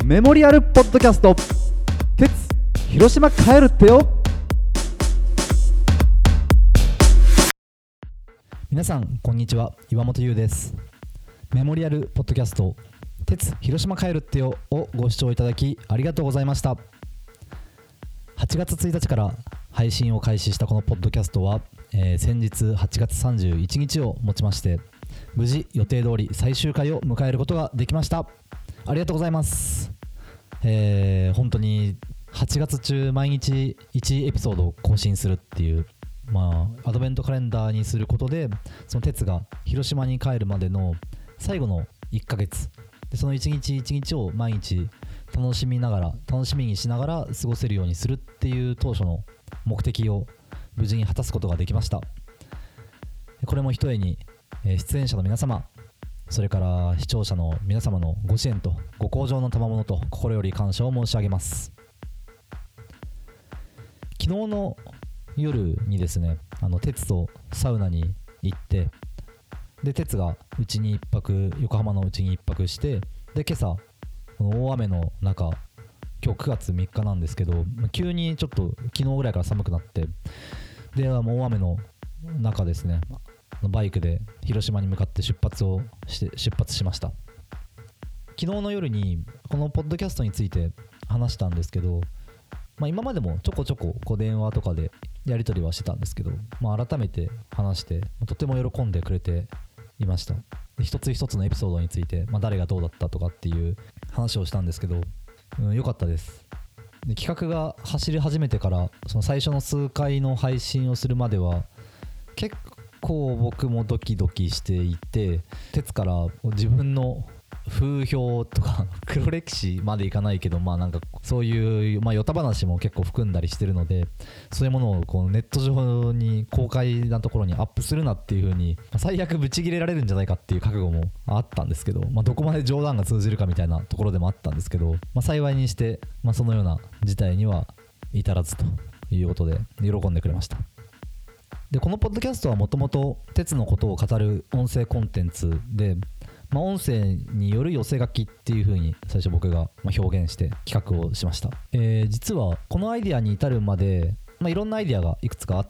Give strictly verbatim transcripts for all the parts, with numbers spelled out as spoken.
メモリアルポッドキャスト、鉄広島帰るってよ。 皆さんこんにちは、岩本優です。メモリアルポッドキャスト、鉄広島帰るってよをご視聴いただきありがとうございました。はちがつついたちから配信を開始したこのポッドキャストは、えー、先日はちがつさんじゅういちにちをもちまして無事予定通り最終回を迎えることができました。ありがとうございます。えー、本当にはちがつ中毎日いちエピソードを更新するっていう、まあ、アドベントカレンダーにすることで、その鉄が広島に帰るまでの最後のいっかげつで、その一日一日を毎日楽しみながら楽しみにしながら過ごせるようにするっていう当初の目的を無事に果たすことができました。これもひとえに出演者の皆様、それから視聴者の皆様のご支援とご好情の賜物と心より感謝を申し上げます。昨日の夜にですね、あの鉄とサウナに行って、で鉄がうちに一泊、横浜のうちに一泊して、で今朝この大雨の中、今日くがつみっかなんですけど、急にちょっと昨日ぐらいから寒くなって、でもう大雨の中ですね、バイクで広島に向かって出発をして出発しました。昨日の夜にこのポッドキャストについて話したんですけど、まあ、今までもちょこちょここう電話とかでやり取りはしてたんですけど、まあ、改めて話してとても喜んでくれていました。で一つ一つのエピソードについて、まあ、誰がどうだったとかっていう話をしたんですけど、うん、よかったです。で企画が走り始めてからその最初の数回の配信をするまでは結構僕もドキドキしていて、鉄から自分の風評とか黒歴史までいかないけど、まあなんかそういう、まあ、ヨタ話も結構含んだりしてるので、そういうものをこうネット上に公開なところにアップするなっていう風に最悪ブチギレられるんじゃないかっていう覚悟もあったんですけど、まあ、どこまで冗談が通じるかみたいなところでもあったんですけど、まあ、幸いにして、まあ、そのような事態には至らずということで喜んでくれました。でこのポッドキャストはもともと鉄のことを語る音声コンテンツで、まあ、音声による寄せ書きっていう風に最初僕が表現して企画をしました。えー、実はこのアイディアに至るまで、まあ、いろんなアイディアがいくつかあって、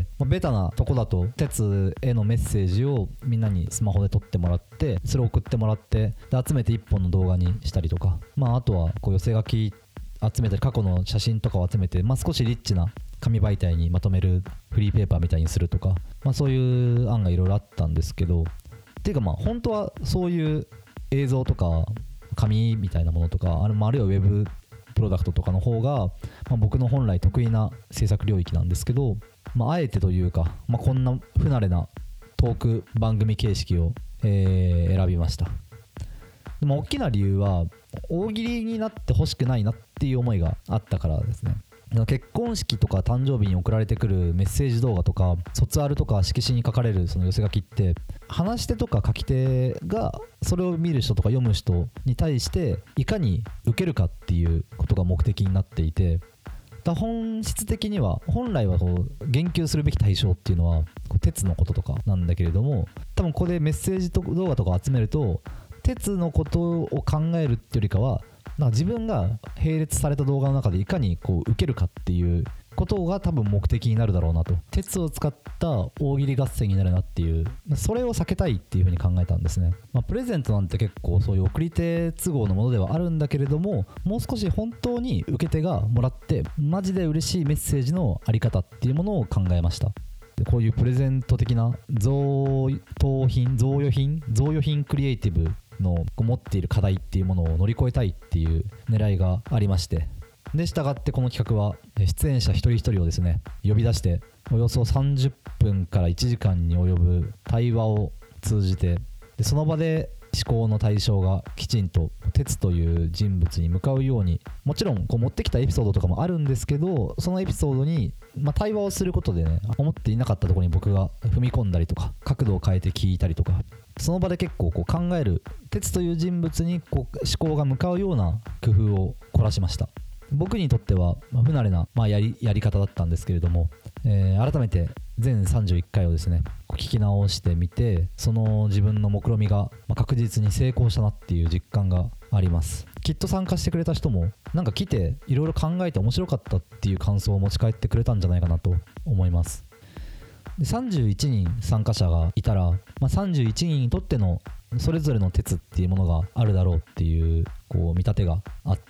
まあ、ベタなとこだと鉄へのメッセージをみんなにスマホで撮ってもらって、それを送ってもらってで集めていっぽんの動画にしたりとか、まあ、あとはこう寄せ書き集めたり過去の写真とかを集めて、まあ、少しリッチな紙媒体にまとめるフリーペーパーみたいにするとか、まあ、そういう案がいろいろあったんですけど、っていうかまあ本当はそういう映像とか紙みたいなものとか、あるいはウェブプロダクトとかの方が、まあ、僕の本来得意な制作領域なんですけど、まあ、あえてというか、まあ、こんな不慣れなトーク番組形式を、えー、選びました。でも大きな理由は大喜利になってほしくないなっていう思いがあったからですね。結婚式とか誕生日に送られてくるメッセージ動画とか卒アルとか色紙に書かれるその寄せ書きって、話し手とか書き手がそれを見る人とか読む人に対していかに受けるかっていうことが目的になっていて、だ本質的には本来はこう言及するべき対象っていうのはこう鉄のこととかなんだけれども、多分ここでメッセージ動画とかを集めると鉄のことを考えるっていうよりかは、なんか自分が並列された動画の中でいかにこう受けるかっていうことが多分目的になるだろうなと。鉄を使った大喜利合戦になるなっていう、それを避けたいっていう風に考えたんですね。まあ、プレゼントなんて結構そういう送り手都合のものではあるんだけれども、もう少し本当に受け手がもらってマジで嬉しいメッセージのあり方っていうものを考えました。でこういうプレゼント的な贈答品贈与品贈与品クリエイティブの持っている課題っていうものを乗り越えたいっていう狙いがありまして、で従ってこの企画は出演者一人一人をですね呼び出して、およそさんじゅっぷんからいちじかんに及ぶ対話を通じて、でその場で思考の対象がきちんと鉄という人物に向かうように、もちろんこう持ってきたエピソードとかもあるんですけど、そのエピソードに、まあ、対話をすることでね、思っていなかったところに僕が踏み込んだりとか角度を変えて聞いたりとか、その場で結構こう考える鉄という人物にこう思考が向かうような工夫を凝らしました。僕にとっては不慣れな、まあ、やり、やり方だったんですけれども、えー、改めて全さんじゅういっかいをですね聞き直してみて、その自分の目論見が確実に成功したなっていう実感があります。きっと参加してくれた人もなんか来ていろいろ考えて面白かったっていう感想を持ち帰ってくれたんじゃないかなと思います。でさんじゅういちにん参加者がいたら、まあ、さんじゅういちにんにとってのそれぞれの鉄っていうものがあるだろうっていうこう見立てがあって、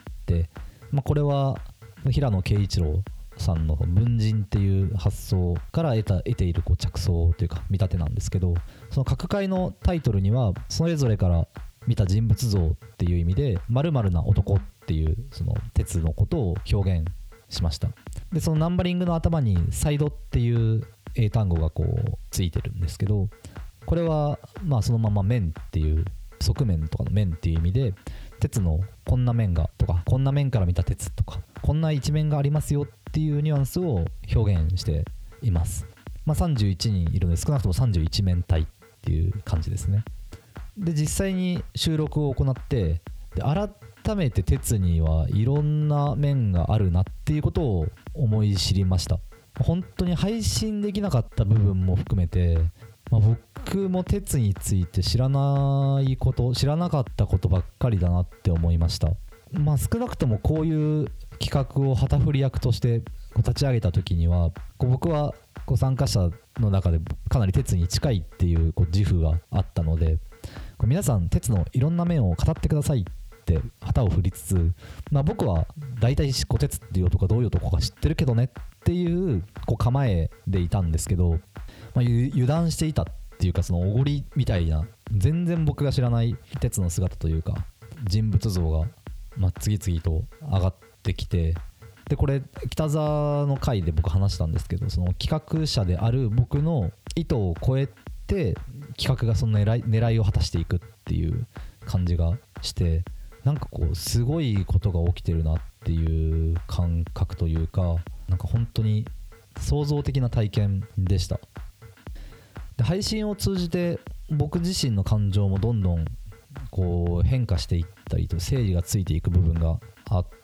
まあ、これは平野啓一郎さんの文人っていう発想から得た得ているこう着想というか見立てなんですけど、その各回のタイトルにはそれぞれから見た人物像っていう意味で〇〇な男っていうその鉄のことを表現しました。でそのナンバリングの頭にサイドっていう英単語がこうついてるんですけど、これはまあそのまま面っていう側面とかの面っていう意味で、鉄のこんな面がとかこんな面から見た鉄とかこんな一面がありますよっていうニュアンスを表現しています。まあ、さんじゅういちにんいるので少なくともさんじゅういち面体っていう感じですね。で実際に収録を行ってで改めて鉄にはいろんな面があるなっていうことを思い知りました。本当に配信できなかった部分も含めて、まあ、僕も鉄について知らないこと知らなかったことばっかりだなって思いました。まあ少なくともこういう企画を旗振り役としてこう立ち上げた時にはこう僕はこう参加者の中でかなり鉄に近いっていうこう自負があったので、こう皆さん鉄のいろんな面を語ってくださいって旗を振りつつ、まあ、僕は大体こう鉄っていう男がどういう男か知ってるけどねっていうこう構えでいたんですけど、まあ、油断していたっていうか、そのおごりみたいな全然僕が知らない鉄の姿というか人物像がまあ次々と上がってきて、でこれ北沢の回で僕話したんですけど、その企画者である僕の意図を超えて企画がその狙い、狙いを果たしていくっていう感じがして、なんかこうすごいことが起きてるなっていう感覚というか、なんか本当に創造的な体験でした。で配信を通じて僕自身の感情もどんどんこう変化していったりと整理がついていく部分があって、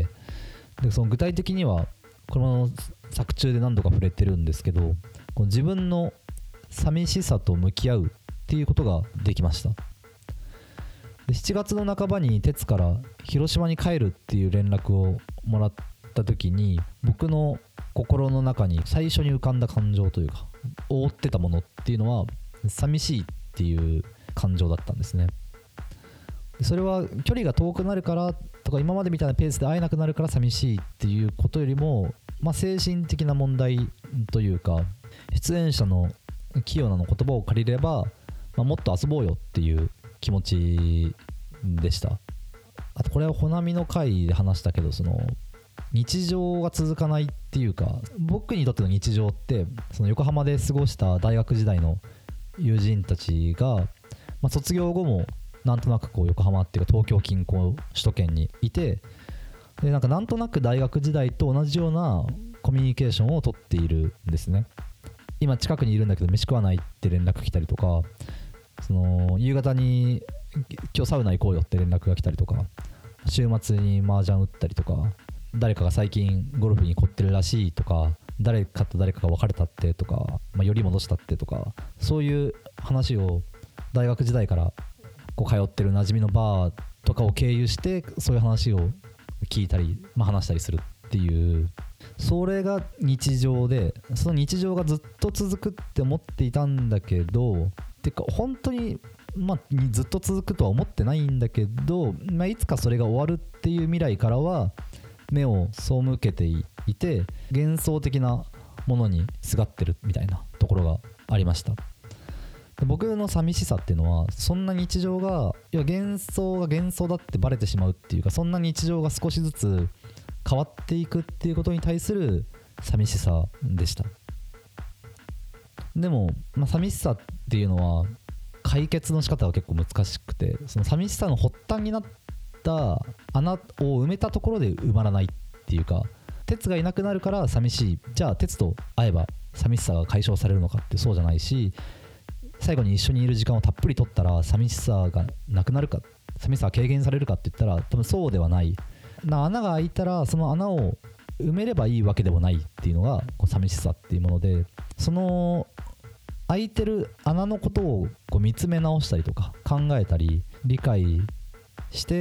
でその具体的にはこの作中で何度か触れてるんですけど、こう自分の寂しさと向き合うっていうことができました。でしちがつの半ばに鉄から広島に帰るっていう連絡をもらった時に、僕の心の中に最初に浮かんだ感情というか覆ってたものっていうのは寂しいっていう感情だったんですね。でそれは距離が遠くなるからとか今までみたいなペースで会えなくなるから寂しいっていうことよりも、まあ、精神的な問題というか、出演者の清名の言葉を借りれば、まあ、もっと遊ぼうよっていう気持ちでした。あとこれはほなみの回で話したけど、その日常が続かないっていうか、僕にとっての日常ってその横浜で過ごした大学時代の友人たちが、まあ、卒業後もなんとなくこう横浜っていうか東京近郊首都圏にいて、でなんかなんとなく大学時代と同じようなコミュニケーションをとっているんですね。今近くにいるんだけど飯食わないって連絡来たりとか、その夕方に今日サウナ行こうよって連絡が来たりとか、週末に麻雀打ったりとか、誰かが最近ゴルフに凝ってるらしいとか、誰かと誰かが別れたってとか、まあ、より戻したってとか、そういう話を大学時代からこう通ってる馴染みのバーとかを経由してそういう話を聞いたり、まあ、話したりするっていう、それが日常で、その日常がずっと続くって思っていたんだけど、てか本当にまあずっと続くとは思ってないんだけど、まあ、いつかそれが終わるっていう未来からは目を背けていて、幻想的なものにすがってるみたいなところがありました。僕の寂しさっていうのは、そんな日常がいや幻想が幻想だってバレてしまうっていうか、そんな日常が少しずつ変わっていくっていうことに対する寂しさでした。でも、まあ、寂しさっていうのは解決の仕方は結構難しくて、その寂しさの発端になった穴を埋めたところで埋まらないっていうか、鉄がいなくなるから寂しい、じゃあ鉄と会えば寂しさが解消されるのかってそうじゃないし、最後に一緒にいる時間をたっぷり取ったら寂しさがなくなるか、寂しさが軽減されるかって言ったら多分そうではない。な穴が開いたらその穴を埋めればいいわけでもないっていうのがこう寂しさっていうもので、その開いてる穴のことをこう見つめ直したりとか考えたり理解して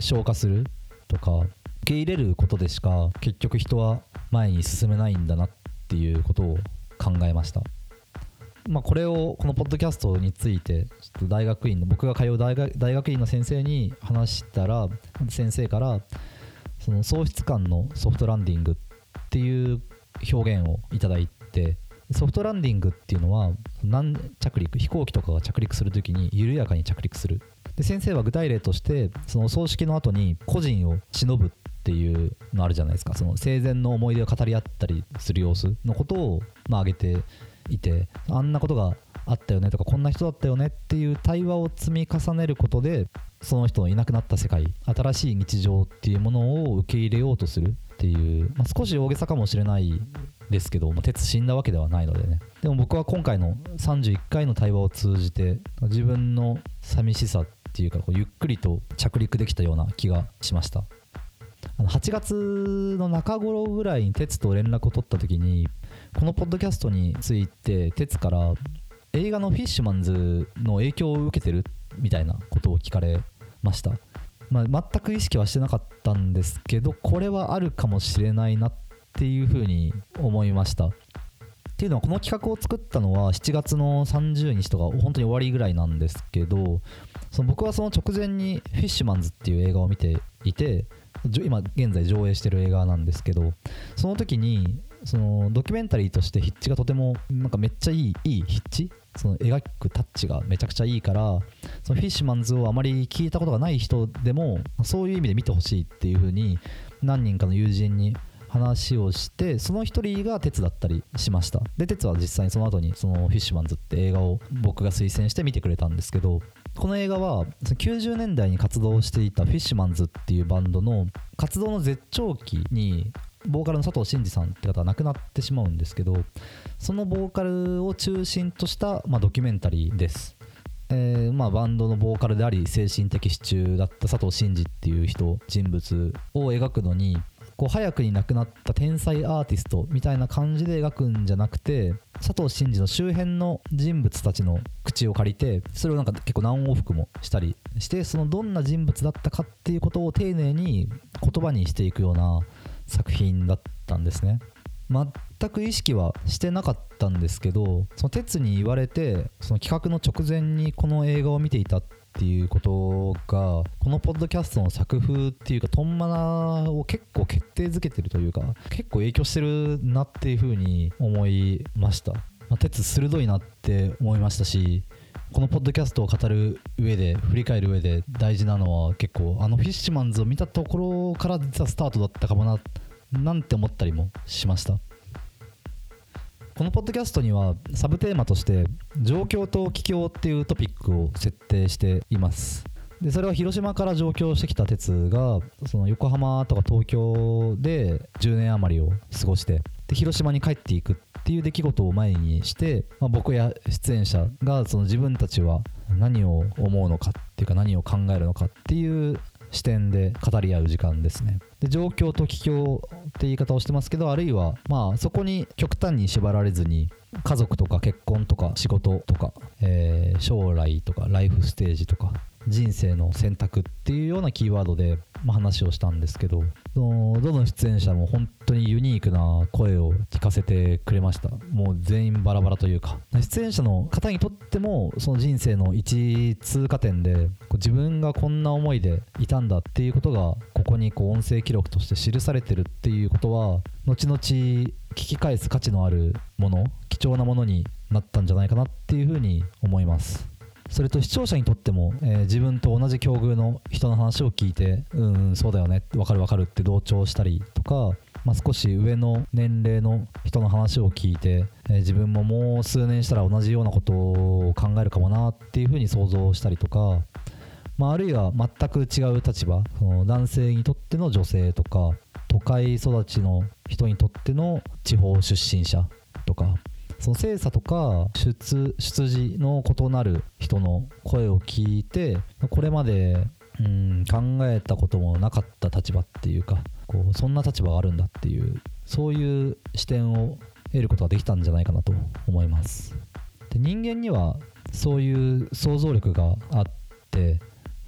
消化するとか受け入れることでしか結局人は前に進めないんだなっていうことを考えました。まあ、これをこのポッドキャストについてちょっと大学院の僕が通う大学、大学院の先生に話したら、先生からその喪失感のソフトランディングっていう表現をいただいて、ソフトランディングっていうのは軟着陸、飛行機とかが着陸するときに緩やかに着陸する。で先生は具体例としてその葬式の後に故人を偲ぶっていうのあるじゃないですか。その生前の思い出を語り合ったりする様子のことをまあ挙げていて、あんなことがあったよねとかこんな人だったよねっていう対話を積み重ねることでその人のいなくなった世界、新しい日常っていうものを受け入れようとするっていう、まあ、少し大げさかもしれないですけど、まあ、鉄死んだわけではないのでね。でも僕は今回のさんじゅういっかいの対話を通じて自分の寂しさっていうかこうゆっくりと着陸できたような気がしました。あのはちがつの中頃ぐらいに鉄と連絡を取った時にこのポッドキャストについて鉄から映画のフィッシュマンズの影響を受けてるみたいなことを聞かれました。まあ、全く意識はしてなかったんですけどこれはあるかもしれないなっていうふうに思いました。っていうのはこの企画を作ったのはしちがつのさんじゅうにちとか本当に終わりぐらいなんですけど、その僕はその直前にフィッシュマンズっていう映画を見ていて、今現在上映してる映画なんですけど、その時にそのドキュメンタリーとして筆致がとてもなんかめっちゃいいいい筆致、その描くタッチがめちゃくちゃいいから、そのフィッシュマンズをあまり聞いたことがない人でもそういう意味で見てほしいっていう風に何人かの友人に話をして、その一人が鉄だったりしました。で鉄は実際にその後にそのフィッシュマンズって映画を僕が推薦して見てくれたんですけど、この映画はきゅうじゅうねんだいに活動していたフィッシュマンズっていうバンドの活動の絶頂期にボーカルの佐藤真二さんって方は亡くなってしまうんですけど、そのボーカルを中心とした、まあ、ドキュメンタリーです。えーまあ、バンドのボーカルであり精神的支柱だった佐藤真二っていう人人物を描くのにこう早くに亡くなった天才アーティストみたいな感じで描くんじゃなくて、佐藤真二の周辺の人物たちの口を借りてそれをなんか結構何往復もしたりして、そのどんな人物だったかっていうことを丁寧に言葉にしていくような作品だったんですね。全く意識はしてなかったんですけど、その哲に言われてその企画の直前にこの映画を見ていたっていうことがこのポッドキャストの作風っていうかトンマナを結構決定づけてるというか結構影響してるなっていう風に思いました。まあ、哲鋭いなって思いましたし、このポッドキャストを語る上で振り返る上で大事なのは結構あのフィッシュマンズを見たところから実はスタートだったかもななんて思ったりもしました。このポッドキャストにはサブテーマとして状況と帰郷っていうトピックを設定しています。でそれは広島から上京してきた哲がその横浜とか東京でじゅうねん余りを過ごしてで広島に帰っていくっていう出来事を前にして、まあ、僕や出演者がその自分たちは何を思うのかっていうか何を考えるのかっていう視点で語り合う時間ですね。で状況と帰郷って言い方をしてますけど、あるいはまあそこに極端に縛られずに家族とか結婚とか仕事とか、えー、将来とかライフステージとか人生の選択っていうようなキーワードで、まあ、話をしたんですけど、どの出演者も本当にユニークな声を聞かせてくれました。もう全員バラバラというか、出演者の方にとってもその人生の一通過点で自分がこんな思いでいたんだっていうことがここにこう音声記録として記されてるっていうことは後々聞き返す価値のあるもの、貴重なものになったんじゃないかなっていうふうに思います。それと視聴者にとっても、えー、自分と同じ境遇の人の話を聞いてうんうんそうだよね分かる分かるって同調したりとか、まあ、少し上の年齢の人の話を聞いて、えー、自分ももう数年したら同じようなことを考えるかもなっていうふうに想像したりとか、まあ、あるいは全く違う立場、その男性にとっての女性とか都会育ちの人にとっての地方出身者とか、その性差とか 出, 出自の異なる人の声を聞いてこれまでうん考えたこともなかった立場っていうかこうそんな立場があるんだっていうそういう視点を得ることができたんじゃないかなと思います。で人間にはそういう想像力があって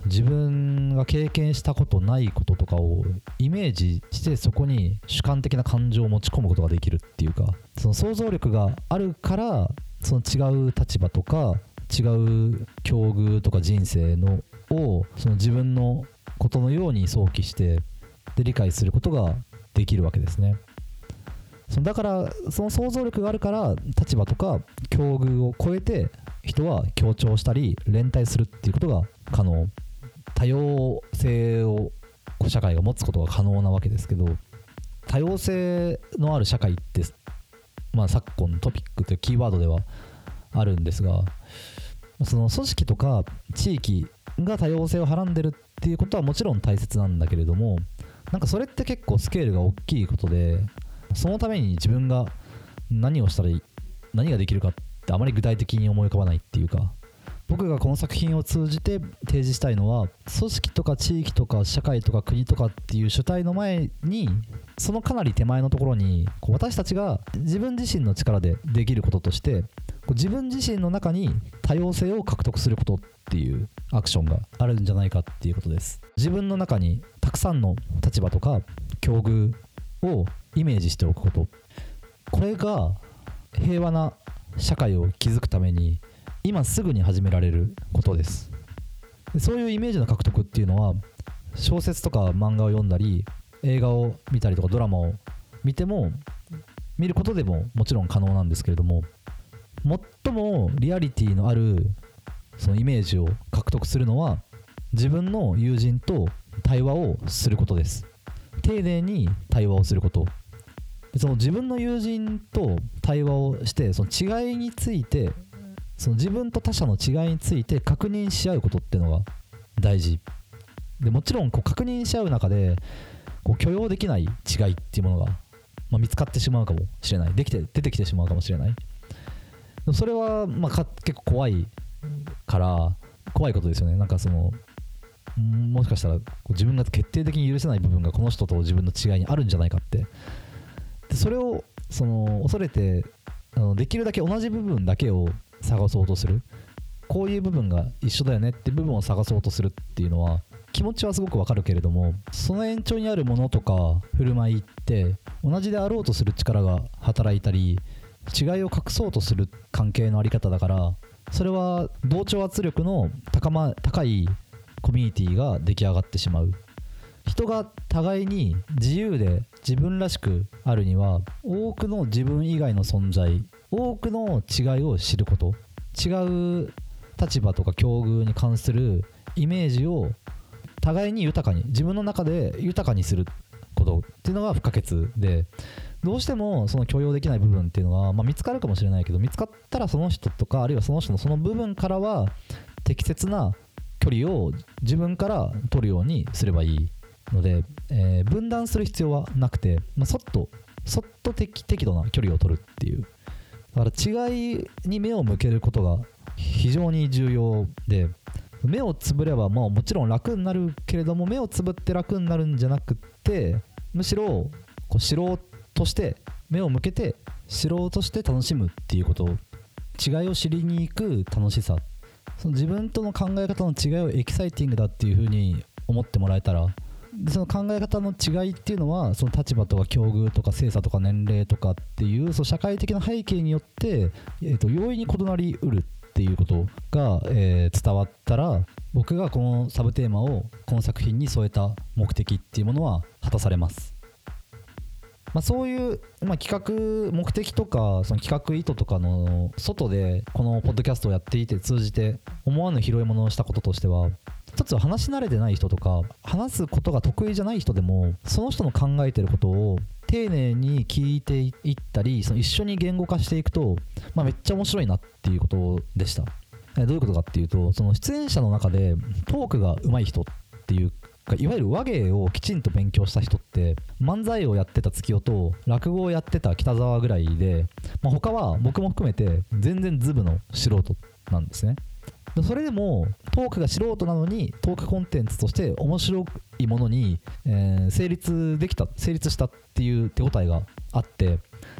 自分が経験したことないこととかをイメージしてそこに主観的な感情を持ち込むことができるっていうか、その想像力があるからその違う立場とか違う境遇とか人生のをその自分のことのように想起してで理解することができるわけですね。そのだからその想像力があるから立場とか境遇を超えて人は協調したり連帯するっていうことが可能、多様性を社会が持つことが可能なわけですけど、多様性のある社会って、まあ、昨今のトピックというキーワードではあるんですが、その組織とか地域が多様性をはらんでるっていうことはもちろん大切なんだけれども、なんかそれって結構スケールが大きいことで、そのために自分が何をしたらいい何ができるかってあまり具体的に思い浮かばないっていうか、僕がこの作品を通じて提示したいのは組織とか地域とか社会とか国とかっていう主体の前にそのかなり手前のところにこう私たちが自分自身の力でできることとしてこう自分自身の中に多様性を獲得することっていうアクションがあるんじゃないかっていうことです。自分の中にたくさんの立場とか境遇をイメージしておくこと、これが平和な社会を築くために今すぐに始められることです。でそういうイメージの獲得っていうのは小説とか漫画を読んだり映画を見たりとかドラマを見ても見ることでももちろん可能なんですけれども、最もリアリティのあるそのイメージを獲得するのは自分の友人と対話をすることです。丁寧に対話をすること、その自分の友人と対話をしてその違いについてその自分と他者の違いについて確認し合うことっていうのが大事で、もちろんこう確認し合う中でこう許容できない違いっていうものが、まあ、見つかってしまうかもしれない、できて出てきてしまうかもしれない。それはまあか結構怖いから怖いことですよね。なんかそのもしかしたら自分が決定的に許せない部分がこの人と自分の違いにあるんじゃないかって、でそれをその恐れてあのできるだけ同じ部分だけを探そうとする、こういう部分が一緒だよねって部分を探そうとするっていうのは気持ちはすごくわかるけれども、その延長にあるものとか振る舞いって同じであろうとする力が働いたり違いを隠そうとする関係のあり方だから、それは同調圧力の高、ま、高いコミュニティが出来上がってしまう。人が互いに自由で自分らしくあるには多くの自分以外の存在、多くの違いを知ること、違う立場とか境遇に関するイメージを互いに豊かに自分の中で豊かにすることっていうのが不可欠で、どうしてもその許容できない部分っていうのは、まあ、見つかるかもしれないけど、見つかったらその人とかあるいはその人のその部分からは適切な距離を自分から取るようにすればいいので、えー、分断する必要はなくて、まあ、そっとそっと適適度な距離を取るっていう、だから違いに目を向けることが非常に重要で、目をつぶればまあもちろん楽になるけれども、目をつぶって楽になるんじゃなくって、むしろこう知ろうとして目を向けて知ろうとして楽しむっていうこと、違いを知りに行く楽しさ、その自分との考え方の違いをエキサイティングだっていう風に思ってもらえたら、でその考え方の違いっていうのはその立場とか境遇とか性差とか年齢とかっていうその社会的な背景によって、えー、と容易に異なりうるっていうことが、えー、伝わったら、僕がこのサブテーマをこの作品に添えた目的っていうものは果たされます。まあ、そういう、まあ、企画目的とかその企画意図とかの外でこのポッドキャストをやっていて通じて思わぬ拾い物をしたこととしては、一つは話し慣れてない人とか話すことが得意じゃない人でもその人の考えてることを丁寧に聞いていったり、その一緒に言語化していくと、まあ、めっちゃ面白いなっていうことでした。どういうことかっていうと、その出演者の中でトークが上手い人っていういわゆる話芸をきちんと勉強した人って漫才をやってた月代と落語をやってた北沢ぐらいで、まあ、他は僕も含めて全然ズブの素人なんですね。それでもトークが素人なのにトークコンテンツとして面白いものに、えー、成立できた成立したっていう手応えがあって、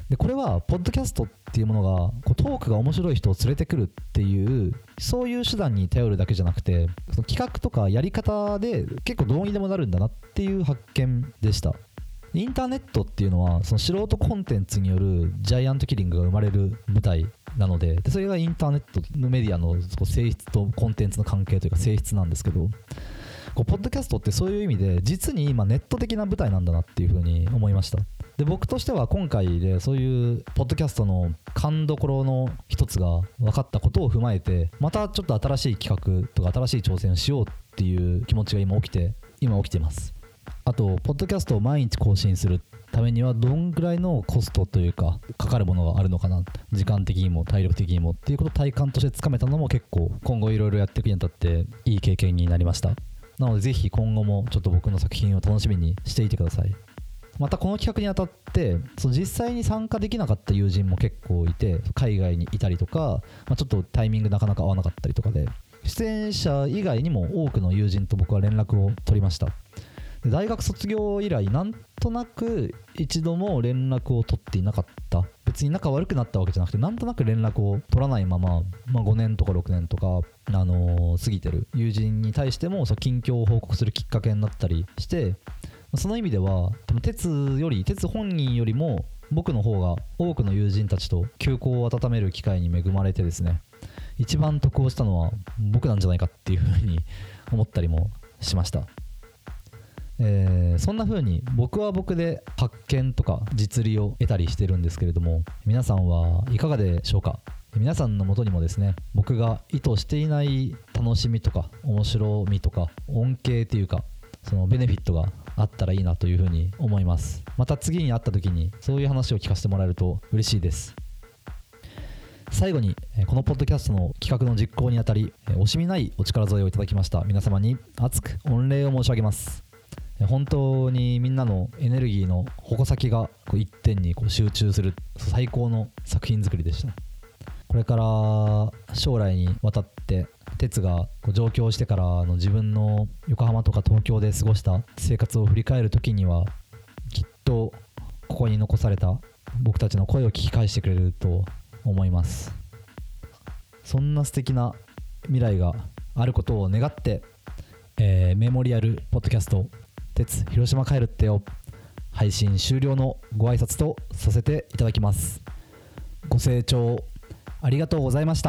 でこれはポッドキャストっていうものがこうトークが面白い人を連れてくるっていうそういう手段に頼るだけじゃなくて、その企画とかやり方で結構どうにでもなるんだなっていう発見でした。インターネットっていうのはその素人コンテンツによるジャイアントキリングが生まれる舞台なの で, でそれがインターネットのメディアのこう性質とコンテンツの関係というか性質なんですけど、こうポッドキャストってそういう意味で実に今ネット的な舞台なんだなっていうふうに思いました。で僕としては今回でそういうポッドキャストの勘どころの一つが分かったことを踏まえて、またちょっと新しい企画とか新しい挑戦をしようっていう気持ちが今起きて今起きています。あとポッドキャストを毎日更新するためにはどんぐらいのコストというかかかるものがあるのかな、時間的にも体力的にもっていうことを体感としてつかめたのも結構今後いろいろやっていくにあたっていい経験になりました。なのでぜひ今後もちょっと僕の作品を楽しみにしていてください。またこの企画にあたってその実際に参加できなかった友人も結構いて、海外にいたりとか、まあ、ちょっとタイミングなかなか合わなかったりとかで、出演者以外にも多くの友人と僕は連絡を取りました。で大学卒業以来なんとなく一度も連絡を取っていなかった、別に仲悪くなったわけじゃなくてなんとなく連絡を取らないまま、まあ、ごねんとかろくねんとか、あのー、過ぎてる友人に対してもその近況を報告するきっかけになったりして、その意味では多分鉄より鉄本人よりも僕の方が多くの友人たちと旧交を温める機会に恵まれてですね、一番得をしたのは僕なんじゃないかっていうふうに思ったりもしました。えー、そんな風に僕は僕で発見とか実利を得たりしてるんですけれども、皆さんはいかがでしょうか。皆さんの元にもですね、僕が意図していない楽しみとか面白みとか恩恵っていうかそのベネフィットがあったらいいなという風に思います。また次に会った時にそういう話を聞かせてもらえると嬉しいです。最後にこのポッドキャストの企画の実行にあたり惜しみないお力添えをいただきました皆様に厚く御礼を申し上げます。本当にみんなのエネルギーの矛先がこう一点にこう集中する最高の作品作りでした。これから将来にわたって哲がこう上京してからの自分の横浜とか東京で過ごした生活を振り返るときにはきっとここに残された僕たちの声を聞き返してくれると思います。そんな素敵な未来があることを願って、えー、メモリアルポッドキャスト鉄広島帰るってよ配信終了のご挨拶とさせていただきます。ご清聴ありがとうございました。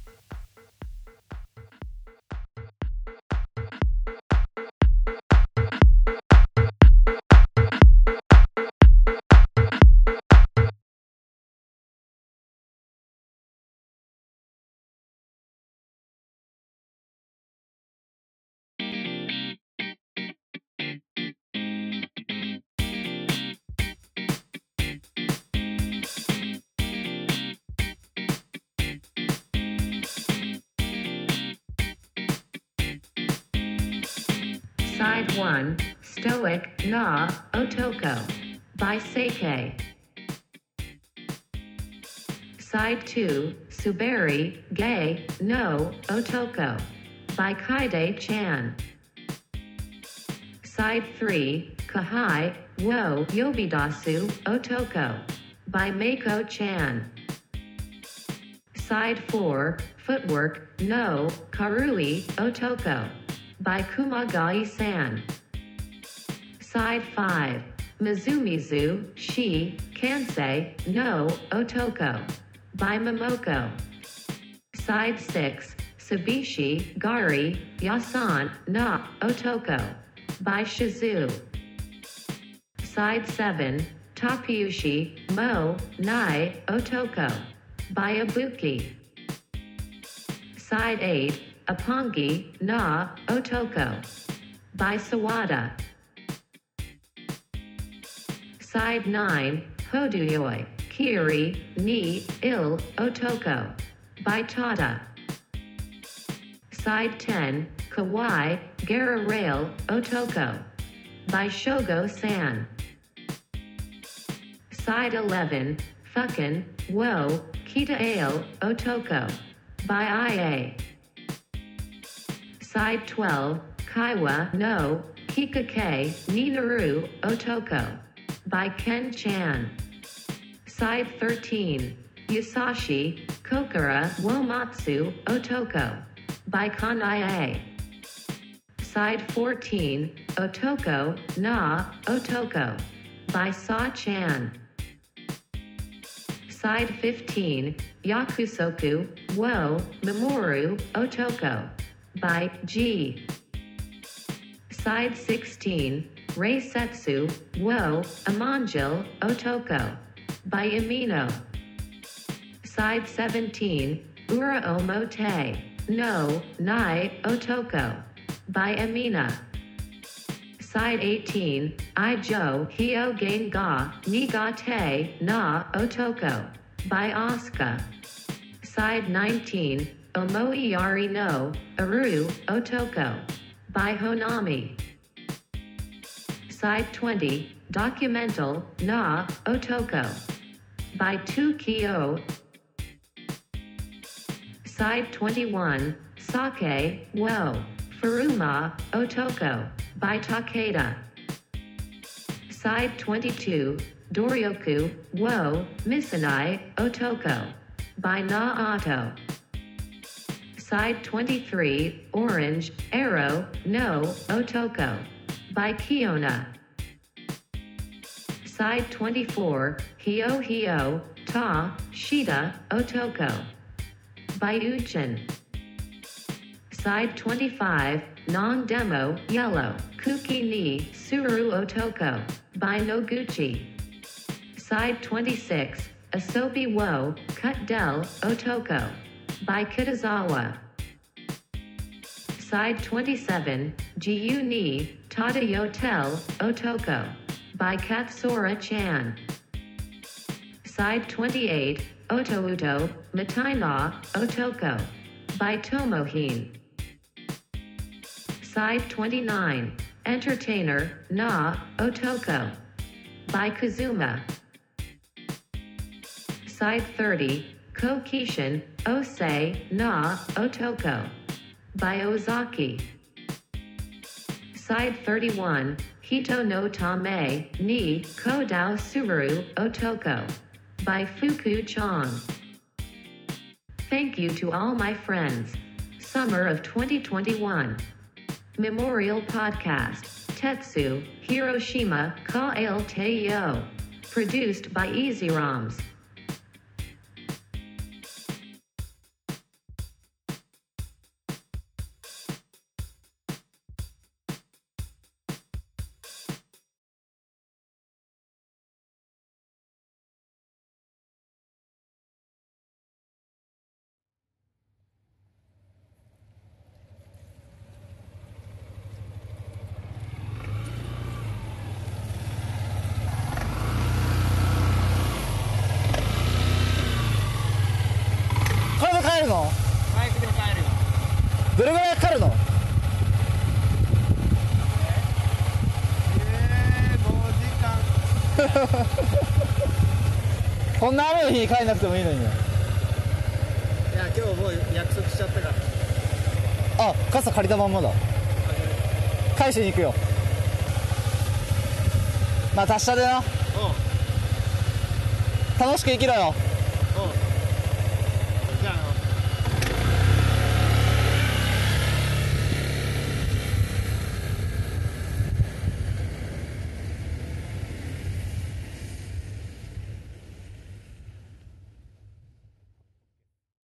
Side one, Stoic na Otoko by Seikei. Side two, Suberi Gay no Otoko by Kaide Chan. Side three, Kahai wo Yobidasu Otoko by Mako Chan. Side four, Footwork no Karui Otoko by Kumagai-san. Side five, Mizumizu Shi Kansei no Otoko by Momoko. Side six, Sabishi Gari Yasan na Otoko by Shizu. Side seven, Tapiushi Mo Nai Otoko by Ibuki. Side eight, Apongi na Otoko by Sawada. Side nine, Hoduyoi Kiri ni il Otoko by Tada. Side ten, Kawaii Gara Rail Otoko by Shogo-san. Side eleven, Fuckin' Wo Kita Ale Otoko by I A. Side twelve, Kaiwa no Kikake ni Naru Otoko by Ken Chan. Side thirteen, Yusashi, Kokura Womatsu, Otoko, by Kanae. Side fourteen, Otoko, Na, Otoko, by Sa Chan. Side fifteen, Yakusoku, Wo, Memoru, Otoko, by G. Side sixteen, Reisetsu, Wo, Amanjil, Otoko, by Imino. Side seventeen, Ura Omote, No, Nai, Otoko, by Amina. Side eighteen, Ijo Hyo Genga, Nigate, Na, Otoko, by Asuka. Side nineteen, Omoiyari no, Aru, Otoko, by Honami. Side twenty, Documental, Na, Otoko, by Tukio. Side twenty-one, Sake, Wo, Furuma, Otoko, by Takeda. Side twenty-two, Doryoku, Wo, Misanai, Otoko, by Na-Ato. Side twenty-three, Orange, Arrow, No, Otoko, by Kiona. Side twenty-four, Hyo Hyo, Ta, Shida, Otoko, by Uchin. Side twenty-five, Non-Demo, Yellow, Kuki ni, Suru Otoko, by Noguchi. Side twenty-six, Asobi wo, Cut del, Otoko, by Kitazawa. Side twenty-seven, Jiyu ni, Tada Yotel, Otoko, by Katsura-chan. Side twenty-eight, Otouto, Mataina, Otoko, by Tomohin. Side twenty-nine, Entertainer, Na, Otoko, by Kazuma. Side thirty, Kokishin, Osei, Na, Otoko, by Ozaki. Side thirty-one, Hito no Tame, ni, Kodao Subaru, Otoko, by Fuku-chan. Thank you to all my friends. Summer of twenty twenty-one. Memorial Podcast. Tetsu, Hiroshima, Ka El Teyo. Produced by Easy Roms. 帰るの？ バイクで帰るよ。 どれぐらいかかるの？ えー、ごじかん。 こんな雨の日に帰んなくてもいいのにね。 いや、今日もう約束しちゃったから。 あ、傘借りたまんまだ。返しに行くよ。まあ達者でな。 おう楽しく生きろよ。 おう。